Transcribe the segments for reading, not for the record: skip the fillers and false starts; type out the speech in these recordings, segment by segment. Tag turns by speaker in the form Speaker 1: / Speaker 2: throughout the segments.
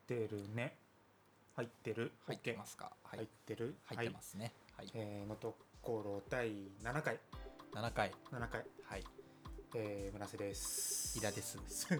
Speaker 1: ってるね。入ってる。
Speaker 2: 入ってますか。
Speaker 1: 入ってる。
Speaker 2: 入ってますね。はい。
Speaker 1: のところ第7回。
Speaker 2: 7回。
Speaker 1: 7回。
Speaker 2: はい。
Speaker 1: 村瀬です。
Speaker 2: イラです。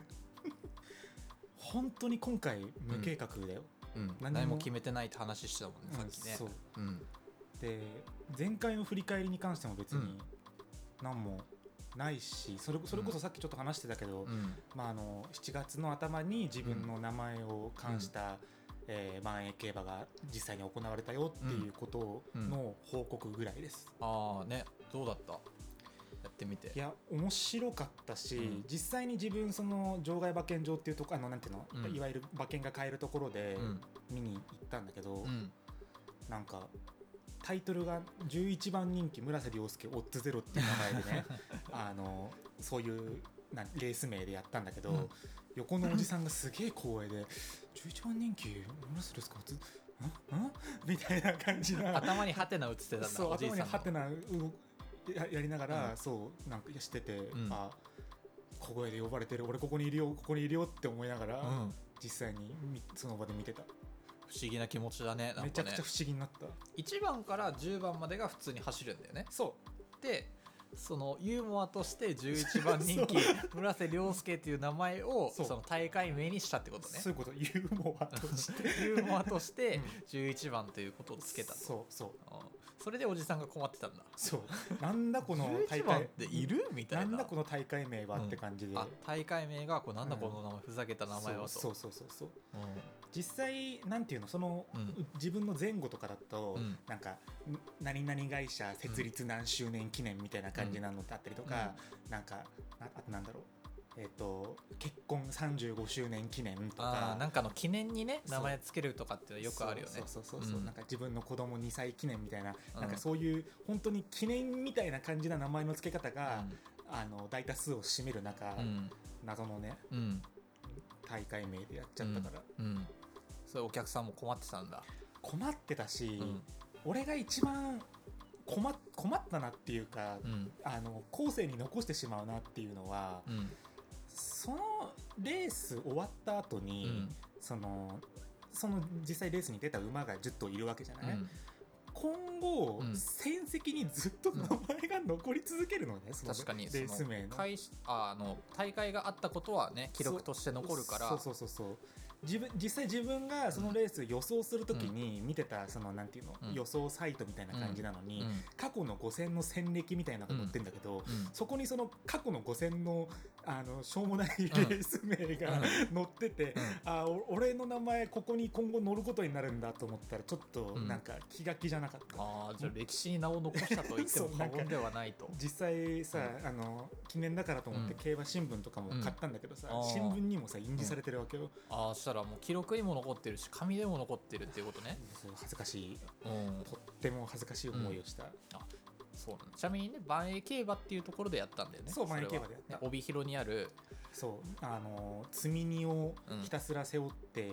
Speaker 1: 本当に今回無計画だよ。
Speaker 2: 何も決めてないって話してたもんね、さっきね。
Speaker 1: そう。で、前回の振り返りに関しても別に何もないし、それこそさっきちょっと話してたけど、7月の頭に自分の名前を冠した万栄競馬が実際に行われたよっていうことの報告ぐらいです。
Speaker 2: ああね、どうだった？やってみて。
Speaker 1: いや面白かったし、実際に自分その場外馬券場っていうとこなんていうの、いわゆる馬券が買えるところで見に行ったんだけど、なんかタイトルが11番人気村瀬亮介オッズゼロっていう名前でねそういうレース名でやったんだけど、横のおじさんがすげえ光栄で11番人気村瀬亮介オッズみたいな感じな、
Speaker 2: 頭にハテナ映ってたんだ。
Speaker 1: そう、
Speaker 2: おじいさんの
Speaker 1: 頭にハテナやりながら、そうなんかしてて、小声で呼ばれてる、俺ここにいるよって思いながら、実際にその場で見てた。
Speaker 2: 不思議な気持ちだね。なんかね、
Speaker 1: めちゃくちゃ不思議になった。
Speaker 2: 1番から10番までが普通に走るんだよね。
Speaker 1: そう
Speaker 2: でそのユーモアとして11番人気村瀬亮介っていう名前をその大会名にしたってことね。
Speaker 1: そういうこと、ユーモアとして
Speaker 2: ユーモアとして11番ということをつけたと。それでおじさんが困ってたんだ。
Speaker 1: そうなんだこの大会
Speaker 2: 11番っているみたいな、
Speaker 1: なんだこの大会名はって感じで、
Speaker 2: 大会名がなんだこの名前、ふざけた名前はと。
Speaker 1: そう、実際なんていうの、その、自分の前後とかだと、なんか何々会社設立何周年記念みたいな感じなのだったりとか、なんかあとなんだろう、結婚35周年記念とか、
Speaker 2: なんかの記念にね名前つけるとかってよくあるよね。
Speaker 1: なんか自分の子供2歳記念みたいな、なんかそういう本当に記念みたいな感じな名前の付け方が、大多数を占める中、謎のね、大会名でやっちゃったから、
Speaker 2: それお客さんも困ってたんだ。
Speaker 1: 困ってたし、俺が一番困ったなっていうか、後世に残してしまうなっていうのは、そのレース終わった後に、その実際レースに出た馬が10頭いるわけじゃない、今後、戦績にずっと名前が残り続けるのね、その
Speaker 2: 確かに
Speaker 1: レース名の
Speaker 2: 大会があったことはね記録として残るから。
Speaker 1: 実際自分がそのレース予想するときに見てたそのなんていうの、予想サイトみたいな感じなのに、過去の5戦の戦歴みたいなのが載ってるんだけど、そこにその過去の5戦のしょうもないレース名が載ってて、俺の名前ここに今後載ることになるんだと思ったら、ちょっとなんか気が気じゃなかった。
Speaker 2: じゃあ歴史に名を残したと言っても過言ではないと。
Speaker 1: 実際さ、記念だからと思って競馬新聞とかも買ったんだけどさ、新聞にもさ印字されてるわけよ。
Speaker 2: したらもう記録にも残ってるし紙でも残ってるっていうことね。
Speaker 1: 恥ずかしい、とっても恥ずかしい思いをした。
Speaker 2: そうなんだ。ちなみにね、万栄競馬っていうところでやったんだよね。
Speaker 1: そう、万栄競馬でやった。
Speaker 2: 帯広にある、
Speaker 1: 積み荷をひたすら背負って、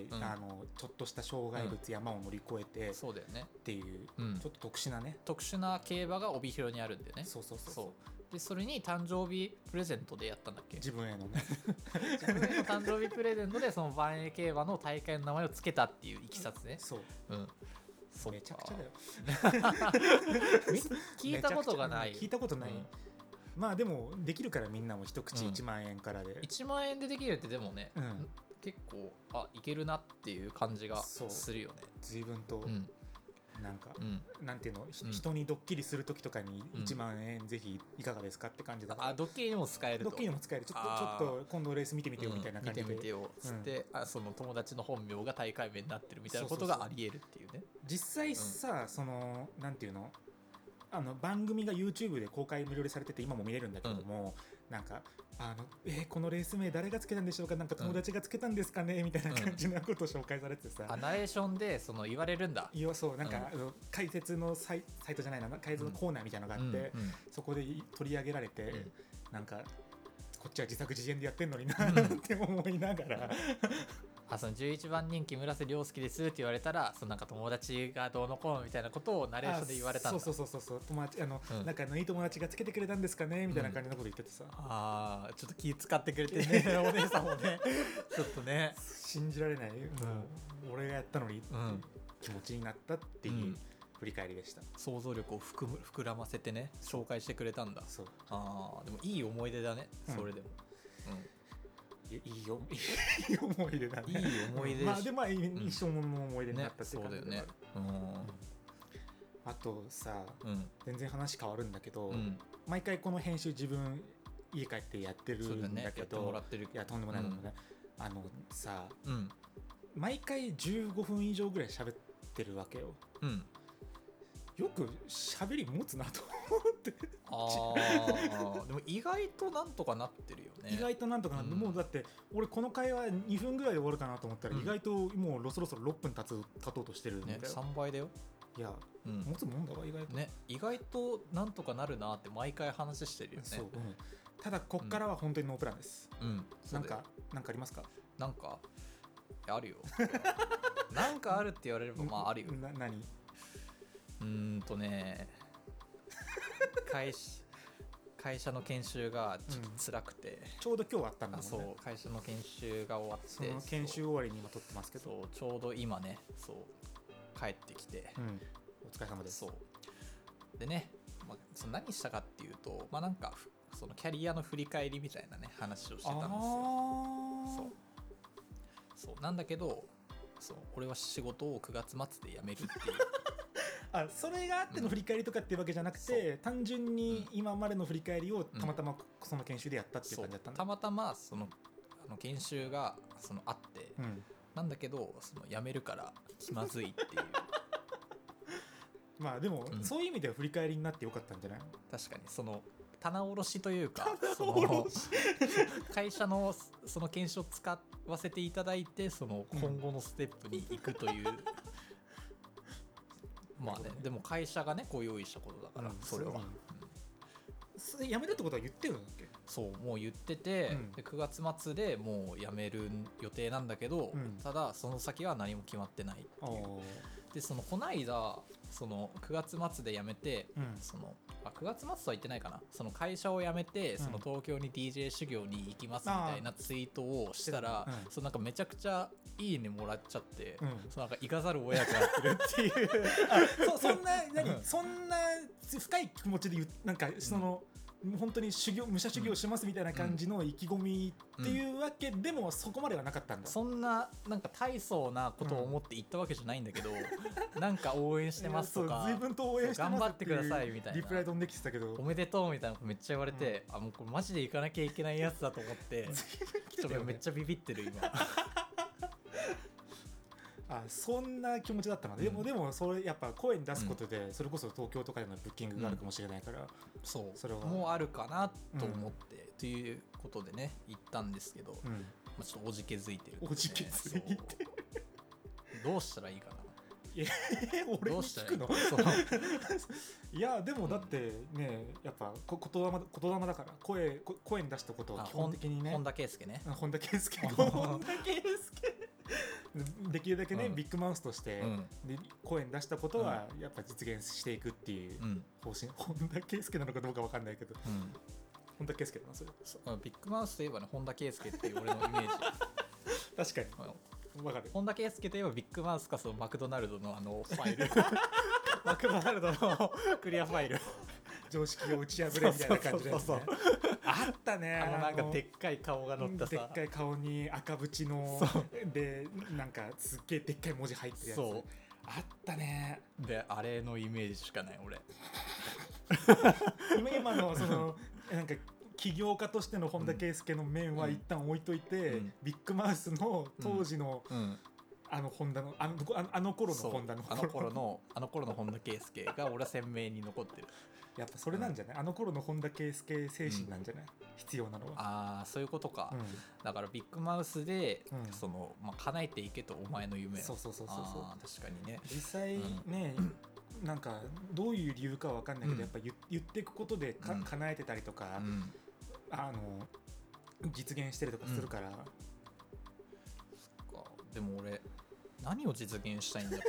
Speaker 1: ちょっとした障害物、山を乗り越えて、
Speaker 2: そうだよね
Speaker 1: っていう、ちょっと特殊な
Speaker 2: 競馬が帯広にあるんだよね。でそれに誕生日プレゼントでやったんだっけ。
Speaker 1: 自分へのね
Speaker 2: 自分への誕生日プレゼントでその万栄競馬の大会の名前を付けたっていういきさつね。
Speaker 1: めちゃくちゃだよ
Speaker 2: 聞いたことがない。
Speaker 1: まあでもできるから、みんなも一口1万円からで、
Speaker 2: 1万円でできるってでもね、結構いけるなっていう感じがするよね。
Speaker 1: 随分となんか、なんていうの、人にドッキリするときとかに1万円ぜひいかがですかって感じだから。
Speaker 2: ドッキリにも使えると。
Speaker 1: ドッキリにも使える。ちょっと今度レース見てみてよみたいな感じで、
Speaker 2: 見てみてよつって、その友達の本名が大会名になってるみたいなことがあり得るっていうね。
Speaker 1: 実際さ、そのなんていうの、番組が YouTube で公開無料でされてて今も見れるんだけども、なんかこのレース名誰がつけたんでしょうか、なんか友達がつけたんですかねみたいな感じなことを紹介されてさ、
Speaker 2: ナレーションでその言われるんだ。
Speaker 1: そう、なんか、解説のサイトじゃないな、解説のコーナーみたいなのがあって、そこで取り上げられて、なんかこっちは自作自演でやってんのになって思いながら
Speaker 2: その11番人気村瀬亮介ですって言われたら、そのなんか友達がどうのこうのみたいなことをナレーションで言われたんだ。
Speaker 1: そう友達なんかいい友達がつけてくれたんですかねみたいな感じのこと言っててさ、
Speaker 2: ちょっと気使ってくれてねお姉さんもねちょっとね
Speaker 1: 信じられない、もう俺がやったのにって気持ちになったっていう振り返りでした。
Speaker 2: 想像力を膨らませてね紹介してくれたんだ。
Speaker 1: そう
Speaker 2: でもいい思い出だね、それでも。
Speaker 1: いい思い出だね。
Speaker 2: いい思い出。
Speaker 1: まあでも一生もの思い出になったっていう感じで、ね、そうだよね。あとさ、全然話変わるんだけど、毎回この編集自分家帰ってやってるんだけど、
Speaker 2: やってもらってる。
Speaker 1: いやとんでもないもんね。さ、毎回15分以上ぐらい喋ってるわけよ。よく喋り持つなと思って
Speaker 2: でも意外となんとかなってるよね。
Speaker 1: 意外となんとかなって、もうだって俺この会話2分ぐらいで終わるかなと思ったら、意外ともうそろそろ6分経とうとしてるんだよ、
Speaker 2: 3倍だよ。
Speaker 1: いや、持つもんだわ意外と
Speaker 2: ね。意外となんとかなるなって毎回話してるよね。
Speaker 1: そう、ただこっからは本当にノープランです。なんかありますか？
Speaker 2: なんかあるよなんかあるって言われればまああるよ。
Speaker 1: 何？
Speaker 2: 会社の研修がちょっと辛くて、
Speaker 1: ちょうど今日あったんだもんね。
Speaker 2: そう会社の研修が終わって、
Speaker 1: その研修終わりに今撮ってますけど、
Speaker 2: そうちょうど今ね帰ってきて、
Speaker 1: お疲れ様です。
Speaker 2: そうでね、その何したかっていうと、なんかそのキャリアの振り返りみたいなね話をしてたんですよ。そうなんだけど、俺は仕事を9月末で辞めるっていう
Speaker 1: それがあっての振り返りとかっていうわけじゃなくて、単純に今までの振り返りをたまたまその研修でやったっていう感じだったんだ。
Speaker 2: たまたまその研修があって、なんだけど辞めるから気まずいっていう
Speaker 1: まあでも、そういう意味では振り返りになってよかったんじゃない？
Speaker 2: 確かに棚卸しというか会社のその研修を使わせていただいて今後のステップに行くという、まあね、でも会社がねこう用意したことだから、それは、
Speaker 1: 辞めるってことは言ってるんだっけ？
Speaker 2: そうもう言ってて、で9月末でもう辞める予定なんだけど、ただその先は何も決まってないっていう。でこの間9月末で辞めて、9月末とは言ってないかな、会社を辞めて東京に DJ 修行に行きますみたいなツイートをしたら、なんかめちゃくちゃいいねもらっちゃって、なんか行かざるを得なくなってるっていう
Speaker 1: そんな深い気持ちでなんか本当に武者修行しますみたいな感じの意気込みっていうわけでもそこまではなかったんだ。
Speaker 2: そんななんか大層なことを思って言ったわけじゃないんだけど、なんか応援してますとか、
Speaker 1: 随分と応援してます
Speaker 2: 頑張ってくださいみたいな
Speaker 1: リプライ飛んできてたけど、
Speaker 2: おめでとうみたいなことめっちゃ言われて、もうこれマジで行かなきゃいけないやつだと思ってちょっとめっちゃビビってる今
Speaker 1: そんな気持ちだったので、でもそれやっぱ声に出すことで、それこそ東京とかでのブッキングがあるかもしれないから、
Speaker 2: それはもうあるかなと思って、ということでね行ったんですけど、ちょっとおじけづいてる、
Speaker 1: おじけづいて
Speaker 2: どうしたらいいかな。
Speaker 1: 俺に聞くの？いやでもだってね、やっぱ言霊だから、声に出したことを基本的にね、
Speaker 2: 本田圭佑ね、
Speaker 1: 本田圭佑できるだけね、ビッグマウスとして声に出したことはやっぱ実現していくっていう方針。本田圭佑なのかどうか分かんないけど、本田圭佑だなそれ。
Speaker 2: ビッグマウスといえばね本田圭佑っていう俺のイメージ
Speaker 1: 確かに分かる。
Speaker 2: 本田圭佑といえばビッグマウスかマクドナルドのファイルマクドナルドのクリアファイル
Speaker 1: 常識を打ち破れみたいな感じで、あったね。
Speaker 2: なんかでっかい顔が乗ったさ、
Speaker 1: でっかい顔に赤縁のでなんかすっげえでっかい文字入ってるやつ、あったね。
Speaker 2: であれのイメージしかない俺
Speaker 1: 今のなんか起業家としての本田圭佑の面は一旦置いといて、ビッグマウスの当時のホンダのあの頃のホンダの
Speaker 2: あの頃の本田圭佑が俺は鮮明に残ってる。
Speaker 1: やっぱそれなんじゃない？あの頃の本田圭佑精神なんじゃない？必要なのは。
Speaker 2: そういうことか。だからビッグマウスで叶えていけとお前の夢。
Speaker 1: そう確か
Speaker 2: にね。
Speaker 1: 実際ね、なんかどういう理由かは分かんないけど、やっぱ言っていくことで叶えてたりとか、実現してるとかするから。
Speaker 2: でも俺何を実現したいんだろ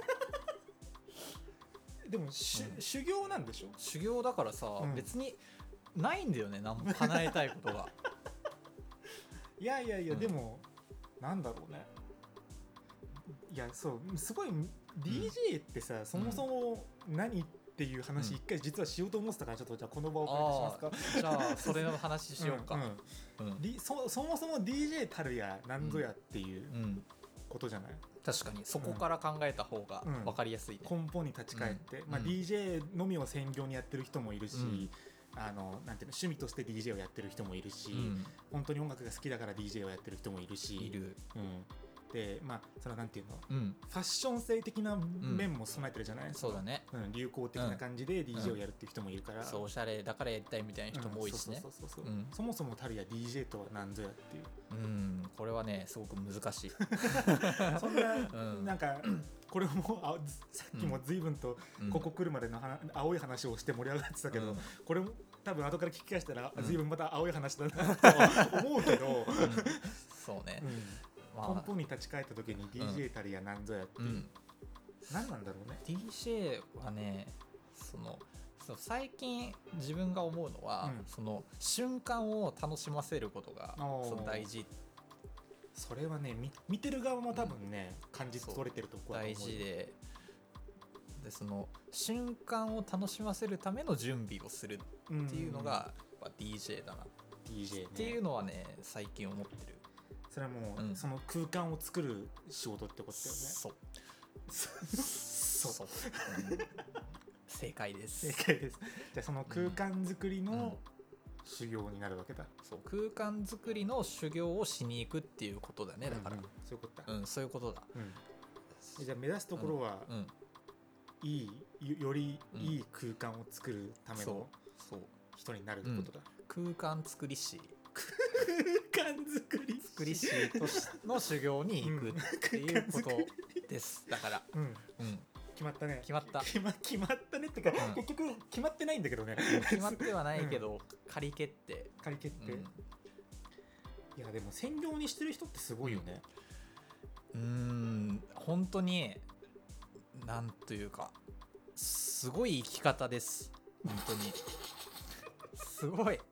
Speaker 1: うでも、修行なんでしょ。
Speaker 2: 修行だからさ、別にないんだよね、何も叶えたいことが
Speaker 1: いや、でもなんだろうね。いや、そうすごい DJ ってさ、そもそも何っていう話一回実はしようと思ってたから、ちょっとじゃあこの場をお借りしますか。
Speaker 2: じゃあそれの話しようか。
Speaker 1: そもそも DJ たるや何ぞやっていうことじゃない。
Speaker 2: 確かにそこから考えた方が分かりやすいね。
Speaker 1: 根本に立ち返って、DJ のみを専業にやってる人もいるし、なんていうの、趣味として DJ をやってる人もいるし、本当に音楽が好きだから DJ をやってる人もいるし、で、それはなんていうの、ファッション性的な面も備えてるじゃない。
Speaker 2: そうだね。
Speaker 1: 流行的な感じで DJ をやるっていう人もいるから、
Speaker 2: そうおしゃれだからやりたいみたいな人も多いしね。
Speaker 1: そもそもたるや DJ とは何ぞやっていう。
Speaker 2: これはねすごく難しい。
Speaker 1: そんな、なんかこれもさっきも随分とここ来るまでの青い話をして盛り上がってたけど、これも多分後から聞き返したら随分また青い話だなと思うけど、
Speaker 2: そうね。
Speaker 1: 根本に立ち返った時に DJ たるやなんぞやって何なんだろうね。
Speaker 2: DJ はね、最近自分が思うのは、その瞬間を楽しませることが大事。
Speaker 1: それはね、見てる側も多分ね、感じ取れてるところ
Speaker 2: 大事で、その瞬間を楽しませるための準備をするっていうのが DJ だな、
Speaker 1: DJ ね、
Speaker 2: っていうのはね最近思ってる。
Speaker 1: それはもう、その空間を作る仕事ってことだよね。
Speaker 2: そう正解です。
Speaker 1: 正解です。じゃあその空間作りの修行になるわけだ。
Speaker 2: そう、空間作りの修行をしに行くっていうことだね。だから、
Speaker 1: そういうことだ。
Speaker 2: そういうことだ。
Speaker 1: じゃあ目指すところは、よりいい空間を作るための人になるってことだ。
Speaker 2: 空間作り師。
Speaker 1: 空間作
Speaker 2: り師の修行に行くっていうことです。だから、決
Speaker 1: まったね。
Speaker 2: 決ま
Speaker 1: ったねってか、結局決まってないんだけどね。
Speaker 2: 決まってはないけど、仮決定。
Speaker 1: いやでも専業にしてる人ってすごいよね。
Speaker 2: 本当になんというかすごい生き方です。本当にすごい。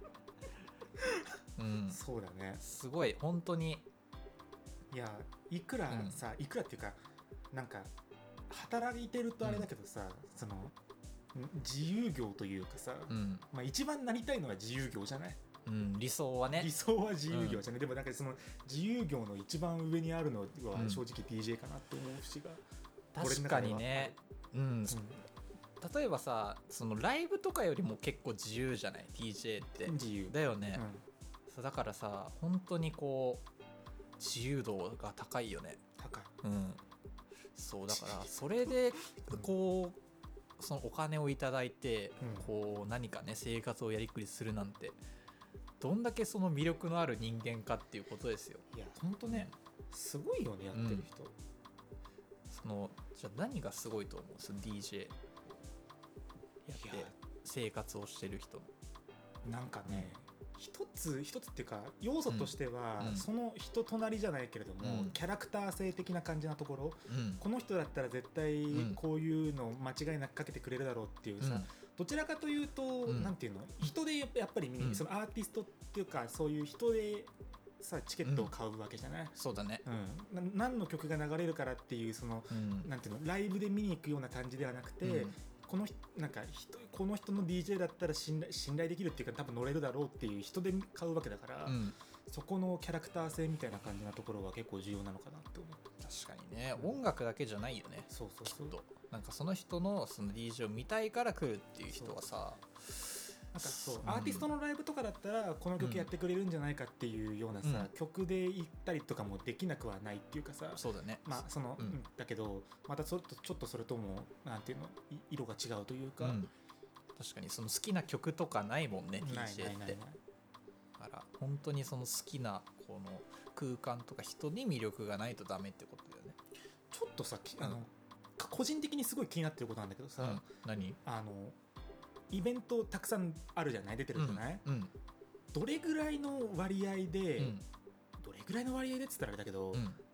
Speaker 1: そうだね。
Speaker 2: すごい本当に。
Speaker 1: いや、いくらっていうか、なんか働いてるとあれだけどさ、その自由業というかさ、一番なりたいのは自由業じゃない。
Speaker 2: 理想はね。
Speaker 1: 理想は自由業じゃない。でもなんかその自由業の一番上にあるのは正直 DJ かなって思う節が。
Speaker 2: 確かにね。例えばさ、そのライブとかよりも結構自由じゃない DJ って。
Speaker 1: 自由
Speaker 2: だよね。だからさ、本当にこう自由度が高いよね。
Speaker 1: 高い。
Speaker 2: そうだからそれでこうそのお金をいただいて、こう何かね生活をやりくりするなんてどんだけその魅力のある人間かっていうことですよ。
Speaker 1: いや本当ね、すごいよね、やってる人。
Speaker 2: じゃあ何がすごいと思う？その DJ やって生活をしてる人。
Speaker 1: なんかね、一つっていうか要素としては、その人となりじゃないけれども、キャラクター性的な感じなところ、この人だったら絶対こういうの間違いなくかけてくれるだろうっていうさ、どちらかというと、なんていうの、人でやっぱり見に、そのアーティストっていうかそういう人でさチケットを買うわけじゃない。
Speaker 2: そうだね。
Speaker 1: 何の曲が流れるからっていうその、なんていうの、ライブで見に行くような感じではなくて、この人の DJ だったら信頼できるっていうか多分乗れるだろうっていう人で買うわけだから、そこのキャラクター性みたいな感じなところは結構重要なのかなって思う。
Speaker 2: 確かにね、音楽だけじゃないよね。
Speaker 1: そう
Speaker 2: なんかその人のその DJ を見たいから来るっていう人はさ、
Speaker 1: なんかアーティストのライブとかだったらこの曲やってくれるんじゃないかっていうようなさ、曲で行ったりとかもできなくはないっていうかさ。
Speaker 2: そうだね。
Speaker 1: だけどまたちょっとそれともなんていうの、色が違うというか、
Speaker 2: 確かにその好きな曲とかないもんね DJ って。だから本当にその好きなこの空間とか人に魅力がないとダメってことだよね。
Speaker 1: ちょっとさ、個人的にすごい気になってることなんだけどさ、
Speaker 2: 何？
Speaker 1: イベントたくさんあるじゃない、出てるじゃない、どれぐらいの割合で、どれぐらいの割合でっつったらあれだけど、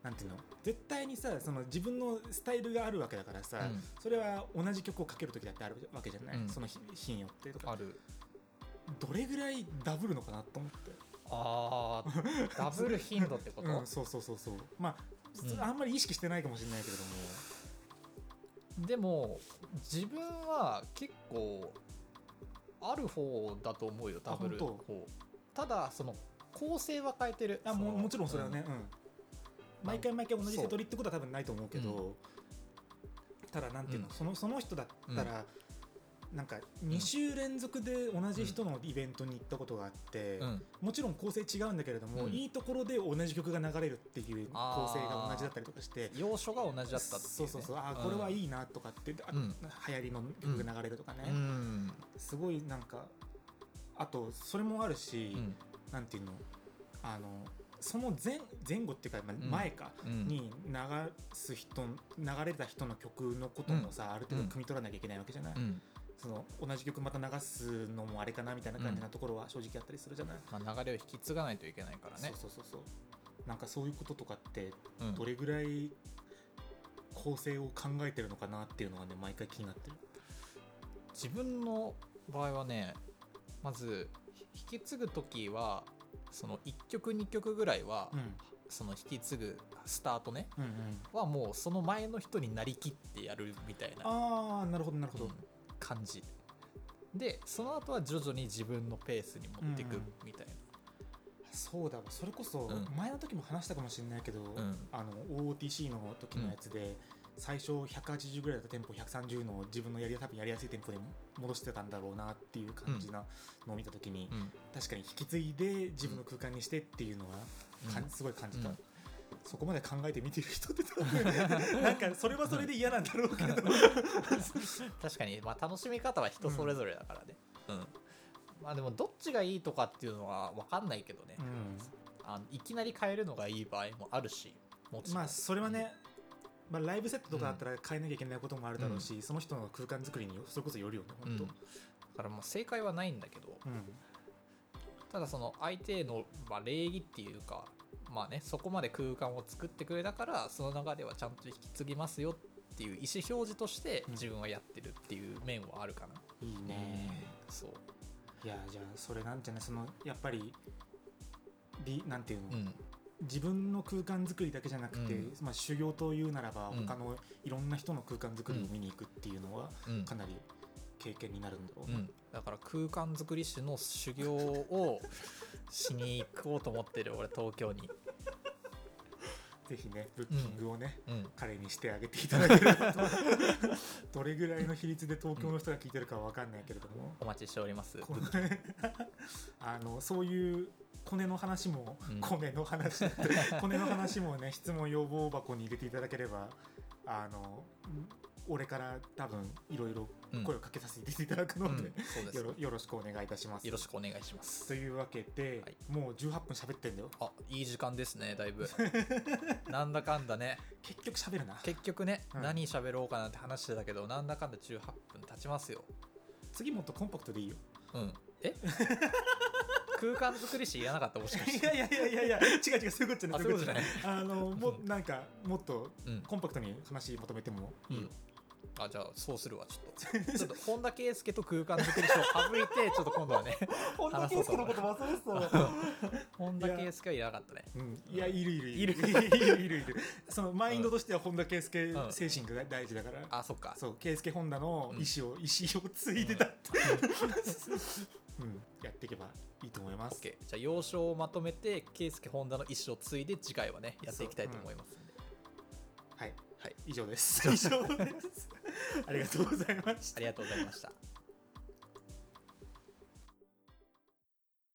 Speaker 1: なんていうの、絶対にさその自分のスタイルがあるわけだからさ、それは同じ曲をかけるときだってあるわけじゃない、その日によってとか。
Speaker 2: ある。
Speaker 1: どれぐらいダブるのかなと思って。
Speaker 2: ダブル頻度ってこと、
Speaker 1: そうまあ、あんまり意識してないかもしれないけれど
Speaker 2: も、でも自分は結構ある方だと思うよ、ダブル方。ただその構成は変えてる。
Speaker 1: もちろんそれはね、毎回同じセトリってことは多分ないと思うけど、ただなんていうの、その人だったら、なんか2週連続で同じ人のイベントに行ったことがあって、もちろん構成違うんだけれども、いいところで同じ曲が流れるっていう構成が同じだったりとかして、
Speaker 2: 要所が同じだったっていう、ね、
Speaker 1: そうこれはいいなとかって、流行りの曲が流れるとかね、すごいなんか、あとそれもあるし、なんていうの、その前後っていうか前かに流れた人の曲のこともさ、ある程度汲み取らなきゃいけないわけじゃない、その同じ曲また流すのもあれかなみたいな感じなところは正直あったりするじゃない、
Speaker 2: 流れを引き継がないといけないからね。
Speaker 1: そうなんかそういうこととかってどれぐらい構成を考えてるのかなっていうのはね、毎回気になってる。
Speaker 2: 自分の場合はね、まず引き継ぐ時はその1曲2曲ぐらいは、その引き継ぐスタートね、はもうその前の人になりきってやるみたいな。
Speaker 1: なるほど
Speaker 2: 感じで、その後は徐々に自分のペースに持っていくみたいな、
Speaker 1: そうだわ。それこそ前の時も話したかもしれないけど、OOTC の時のやつで、最初180ぐらいだったテンポ130の自分の多分やりやすいテンポで戻してたんだろうなっていう感じなのを見た時に、確かに引き継いで自分の空間にしてっていうのはすごい感じた。そこまで考えて見てる人って多分なんかそれはそれで嫌なんだろうけど
Speaker 2: 確かに、楽しみ方は人それぞれだからね、でもどっちがいいとかっていうのは分かんないけどね、いきなり変えるのがいい場合もあるし、もちろん
Speaker 1: それはね、ライブセットとかだったら変えなきゃいけないこともあるだろうし、その人の空間作りにそれこそよるよね、本当。だ
Speaker 2: から正解はないんだけど、ただその相手の礼儀っていうか、そこまで空間を作ってくれたから、その流れはちゃんと引き継ぎますよっていう意思表示として自分はやってるっていう面はあるかな。
Speaker 1: いいね。そう。いや、じゃあそれなんじゃない、そのやっぱりなんていうの、自分の空間作りだけじゃなくて、修行というならば他のいろんな人の空間作りを見に行くっていうのはかなり経験になるんだろう、
Speaker 2: だから空間作り師の修行をしに行こうと思ってる俺、東京に。
Speaker 1: ぜひね、ブッキングをね、彼にしてあげていただければとどれぐらいの比率で東京の人が聞いてるかは分かんないけれども、
Speaker 2: お待ちしております。
Speaker 1: そういうコネの話も、コネの話もね、質問要望箱に入れていただければ、俺から多分いろいろ声をかけさせていただくので、よろしくお願いいたします。
Speaker 2: よろしくお願いします。
Speaker 1: というわけで、もう18分喋ってんだよ。
Speaker 2: いい時間ですね、だいぶなんだかんだね、
Speaker 1: 結局喋るな。
Speaker 2: 結局ね、何喋ろうかなって話してたけど、なんだかんだ18分経ちますよ。
Speaker 1: 次もっとコンパクトでいいよ。
Speaker 2: 空間作り師いらなかった、もしかして。
Speaker 1: いや違う、そういうことじゃない。そういうことじゃない。なんかもっとコンパクトに話まとめてもいいよ。
Speaker 2: じゃあそうするわ。ちょっと本田圭佑と空間作り師を省いて、ちょっと今度はね
Speaker 1: 本田圭佑のこと忘れてたわ。
Speaker 2: 本田圭佑はいらなかったね。
Speaker 1: いや、いるそのマインドとしては本田圭佑精神が大事だから。そっか。そう、圭佑本田の意思を継いでたやっていけばいいと思います。
Speaker 2: じゃあ要所をまとめて圭佑本田の意思を継いで次回はねやっていきたいと思いますので、
Speaker 1: はい、以上です。ありがとうございました。
Speaker 2: ありがとうございました。